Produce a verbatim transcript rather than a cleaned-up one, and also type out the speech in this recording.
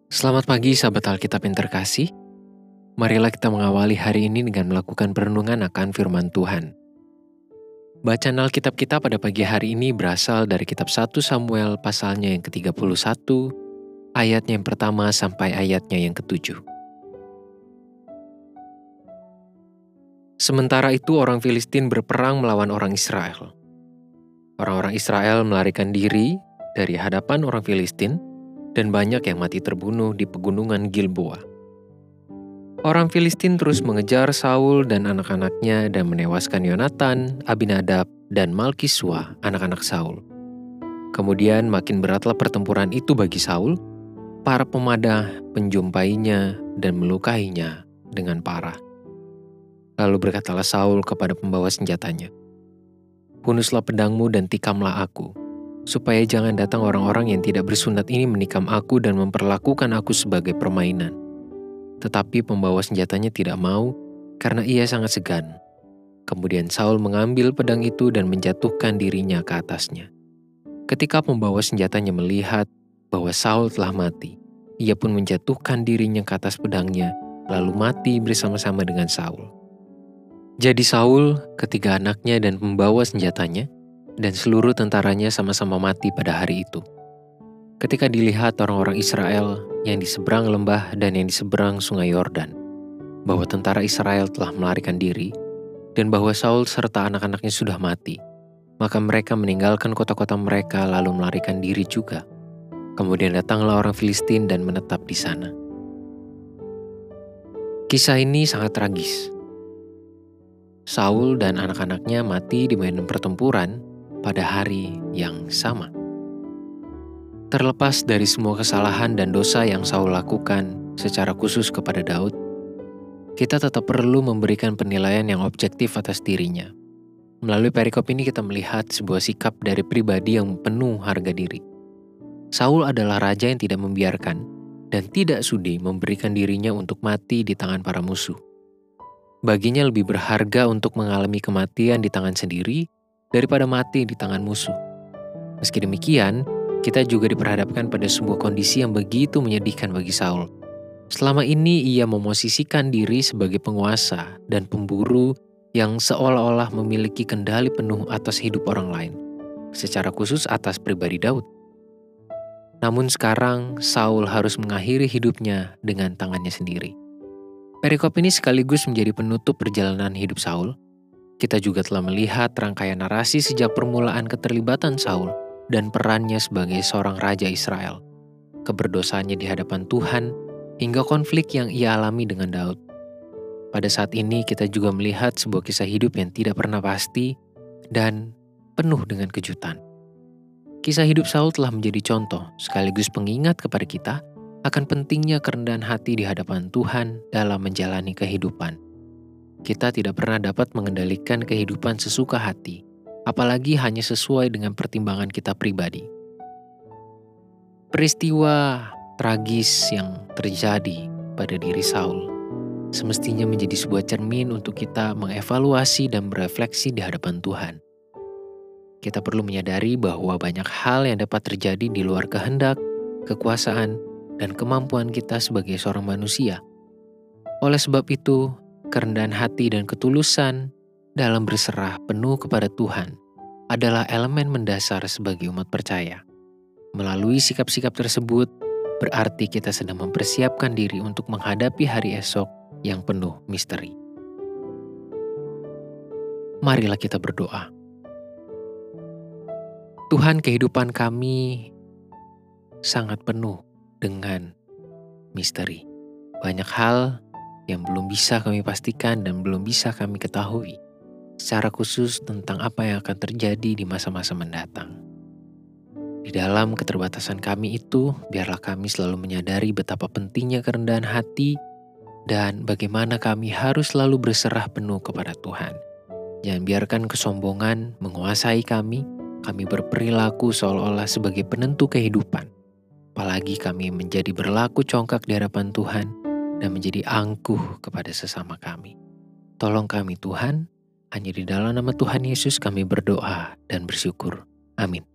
Selamat pagi sahabat Alkitab yang terkasih. Marilah kita mengawali hari ini dengan melakukan perenungan akan firman Tuhan. Bacaan Alkitab kita pada pagi hari ini berasal dari kitab satu Samuel pasalnya yang ketiga puluh satu, ayatnya yang pertama sampai ayatnya yang ketujuh. Sementara itu orang Filistin berperang melawan orang Israel. Orang-orang Israel melarikan diri dari hadapan orang Filistin, dan banyak yang mati terbunuh di pegunungan Gilboa. Orang Filistin terus mengejar Saul dan anak-anaknya dan menewaskan Yonatan, Abinadab, dan Malkisua, anak-anak Saul. Kemudian makin beratlah pertempuran itu bagi Saul. Para pemadah menjumpainya dan melukainya dengan parah. Lalu berkatalah Saul kepada pembawa senjatanya, "Hunuslah pedangmu dan tikamlah aku, supaya jangan datang orang-orang yang tidak bersunat ini menikam aku dan memperlakukan aku sebagai permainan." Tetapi pembawa senjatanya tidak mau, karena ia sangat segan. Kemudian Saul mengambil pedang itu dan menjatuhkan dirinya ke atasnya. Ketika pembawa senjatanya melihat bahwa Saul telah mati, ia pun menjatuhkan dirinya ke atas pedangnya, lalu mati bersama-sama dengan Saul. Jadi Saul, ketiga anaknya dan pembawa senjatanya, dan seluruh tentaranya sama-sama mati pada hari itu. Ketika dilihat orang-orang Israel yang di seberang lembah dan yang di seberang sungai Yordan, bahwa tentara Israel telah melarikan diri, dan bahwa Saul serta anak-anaknya sudah mati, maka mereka meninggalkan kota-kota mereka lalu melarikan diri juga. Kemudian datanglah orang Filistin dan menetap di sana. Kisah ini sangat tragis. Saul dan anak-anaknya mati di medan pertempuran pada hari yang sama. Terlepas dari semua kesalahan dan dosa yang Saul lakukan secara khusus kepada Daud, kita tetap perlu memberikan penilaian yang objektif atas dirinya. Melalui perikop ini kita melihat sebuah sikap dari pribadi yang penuh harga diri. Saul adalah raja yang tidak membiarkan dan tidak sudi memberikan dirinya untuk mati di tangan para musuh. Baginya lebih berharga untuk mengalami kematian di tangan sendiri daripada mati di tangan musuh. Meski demikian, kita juga diperhadapkan pada sebuah kondisi yang begitu menyedihkan bagi Saul. Selama ini ia memosisikan diri sebagai penguasa dan pemburu yang seolah-olah memiliki kendali penuh atas hidup orang lain, secara khusus atas pribadi Daud. Namun sekarang Saul harus mengakhiri hidupnya dengan tangannya sendiri. Perikop ini sekaligus menjadi penutup perjalanan hidup Saul. Kita juga telah melihat rangkaian narasi sejak permulaan keterlibatan Saul dan perannya sebagai seorang raja Israel, keberdosaannya di hadapan Tuhan, hingga konflik yang ia alami dengan Daud. Pada saat ini kita juga melihat sebuah kisah hidup yang tidak pernah pasti dan penuh dengan kejutan. Kisah hidup Saul telah menjadi contoh sekaligus pengingat kepada kita akan pentingnya kerendahan hati di hadapan Tuhan dalam menjalani kehidupan. Kita tidak pernah dapat mengendalikan kehidupan sesuka hati, apalagi hanya sesuai dengan pertimbangan kita pribadi. Peristiwa tragis yang terjadi pada diri Saul semestinya menjadi sebuah cermin untuk kita mengevaluasi dan berefleksi di hadapan Tuhan. Kita perlu menyadari bahwa banyak hal yang dapat terjadi di luar kehendak, kekuasaan, dan kemampuan kita sebagai seorang manusia. Oleh sebab itu, kerendahan hati dan ketulusan dalam berserah penuh kepada Tuhan adalah elemen mendasar sebagai umat percaya. Melalui sikap-sikap tersebut, berarti kita sedang mempersiapkan diri untuk menghadapi hari esok yang penuh misteri. Marilah kita berdoa. Tuhan, kehidupan kami sangat penuh dengan misteri. Banyak hal yang belum bisa kami pastikan dan belum bisa kami ketahui, secara khusus tentang apa yang akan terjadi di masa-masa mendatang. Di dalam keterbatasan kami itu, biarlah kami selalu menyadari betapa pentingnya kerendahan hati dan bagaimana kami harus selalu berserah penuh kepada Tuhan. Jangan biarkan kesombongan menguasai kami, kami berperilaku seolah-olah sebagai penentu kehidupan. Apalagi kami menjadi berlaku congkak di hadapan Tuhan dan menjadi angkuh kepada sesama kami. Tolong kami Tuhan, hanya di dalam nama Tuhan Yesus kami berdoa dan bersyukur. Amin.